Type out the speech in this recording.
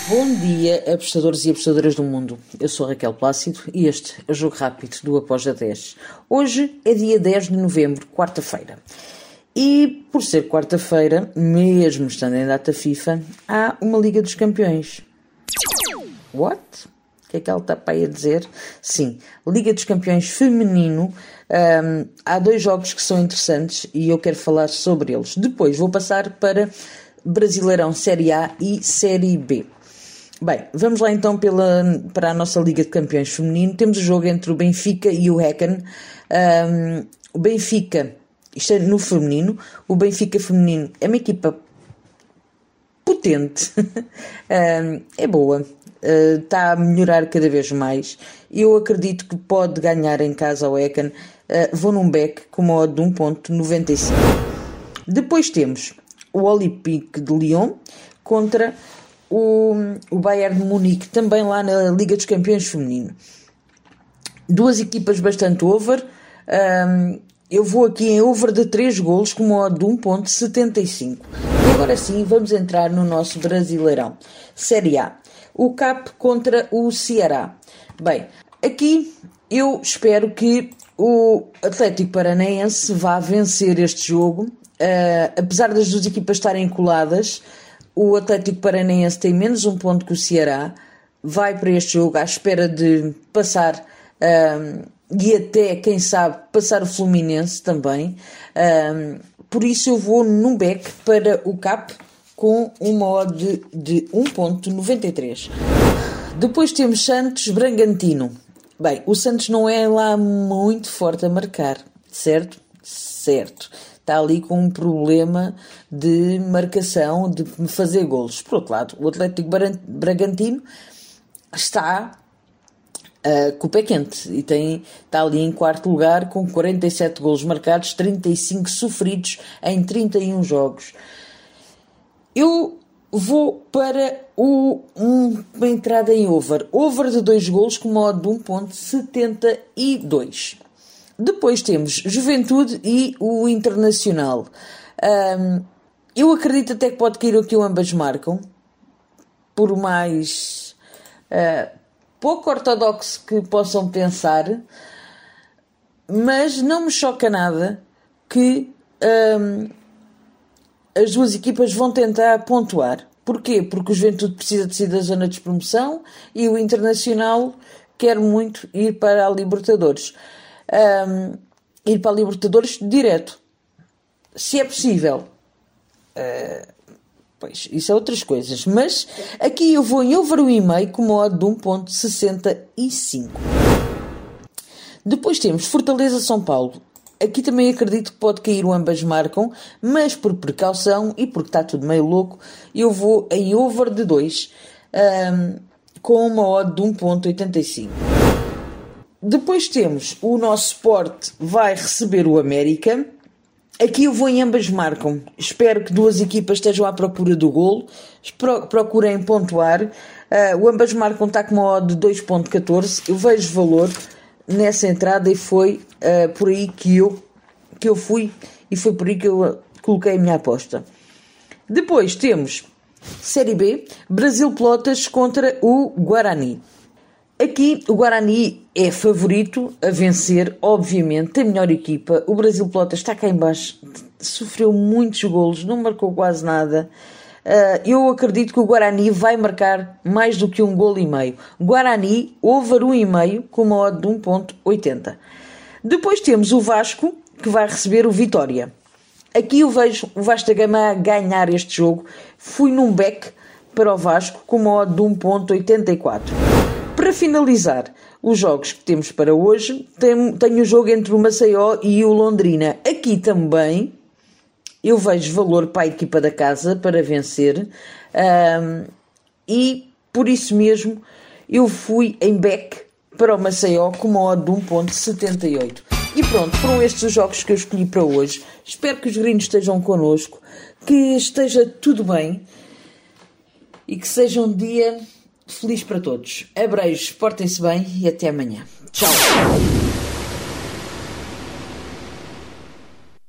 Bom dia, apostadores e apostadoras do mundo. Eu sou a Raquel Plácido e este é o Jogo Rápido do Aposta 10. Hoje é dia 10 de novembro, quarta-feira. E por ser quarta-feira, mesmo estando em data FIFA, há uma Liga dos Campeões. What? O que é que ela está para aí a dizer? Sim, Liga dos Campeões feminino. Há dois jogos que são interessantes e eu quero falar sobre eles. Depois vou passar para Brasileirão Série A e Série B. Bem, vamos lá então para a nossa Liga de Campeões feminino. Temos o jogo entre o Benfica e o Häcken. O Benfica, isto é no feminino, o Benfica feminino é uma equipa potente, é boa, está a melhorar cada vez mais. Eu acredito que pode ganhar em casa ao Häcken. Vou num back com uma odd de 1.95. Depois temos o Olympique de Lyon contra o Bayern de Munique, também lá na Liga dos Campeões feminino. Duas equipas bastante over. Eu vou aqui em over de 3 golos com uma odd de 1.75. E agora sim, vamos entrar no nosso Brasileirão. Série A. O CAP contra o Ceará. Bem, aqui eu espero que o Atlético Paranaense vá vencer este jogo. Apesar das duas equipas estarem coladas, o Atlético Paranaense tem menos um ponto que o Ceará, vai para este jogo à espera de passar e até, quem sabe, passar o Fluminense também. Por isso eu vou num back para o CAP com uma odd de 1.93. Depois temos Santos Bragantino. Bem, o Santos não é lá muito forte a marcar, certo? Certo. Está ali com um problema de marcação, de fazer golos. Por outro lado, o Atlético Bragantino está com o pé quente e está ali em quarto lugar com 47 golos marcados, 35 sofridos em 31 jogos. Eu vou para uma entrada em over. Over de 2 golos com uma odd de 1.72. Depois temos Juventude e o Internacional. Eu acredito até que pode cair aqui o ambas marcam, por mais pouco ortodoxo que possam pensar, mas não me choca nada que as duas equipas vão tentar pontuar. Porquê? Porque o Juventude precisa de sair da zona de promoção e o Internacional quer muito ir para a Libertadores. Ir para a Libertadores direto, se é possível. Pois, isso é outras coisas, mas aqui eu vou em over 1,5 com uma odd de 1.65. Depois temos Fortaleza São Paulo. Aqui também acredito que pode cair o ambas marcam, mas por precaução e porque está tudo meio louco, eu vou em over de 2 com uma odd de 1.85. Depois temos o nosso Sport vai receber o América. Aqui eu vou em ambas marcam. Espero que duas equipas estejam à procura do golo. Procurem pontuar. O ambas marcam está com uma odd de 2.14. Eu vejo valor nessa entrada e foi por aí que eu fui e foi por aí que eu coloquei a minha aposta. Depois temos Série B, Brasil Pelotas contra o Guarani. Aqui o Guarani é favorito a vencer, obviamente, tem melhor equipa. O Brasil Pelotas está cá em baixo, sofreu muitos golos, não marcou quase nada. Eu acredito que o Guarani vai marcar mais do que 1,5 golo. Guarani, over 1,5 com uma odd de 1.80. Depois temos o Vasco, que vai receber o Vitória. Aqui eu vejo o Vasco da Gama a ganhar este jogo. Fui num back para o Vasco com uma odd de 1.84. Para finalizar os jogos que temos para hoje, tenho o jogo entre o Maceió e o Londrina. Aqui também eu vejo valor para a equipa da casa para vencer e por isso mesmo eu fui em back para o Maceió com uma odd de 1.78. E pronto, foram estes os jogos que eu escolhi para hoje. Espero que os gringos estejam connosco, que esteja tudo bem e que seja um dia feliz para todos. Abreijos, portem-se bem e até amanhã. Tchau!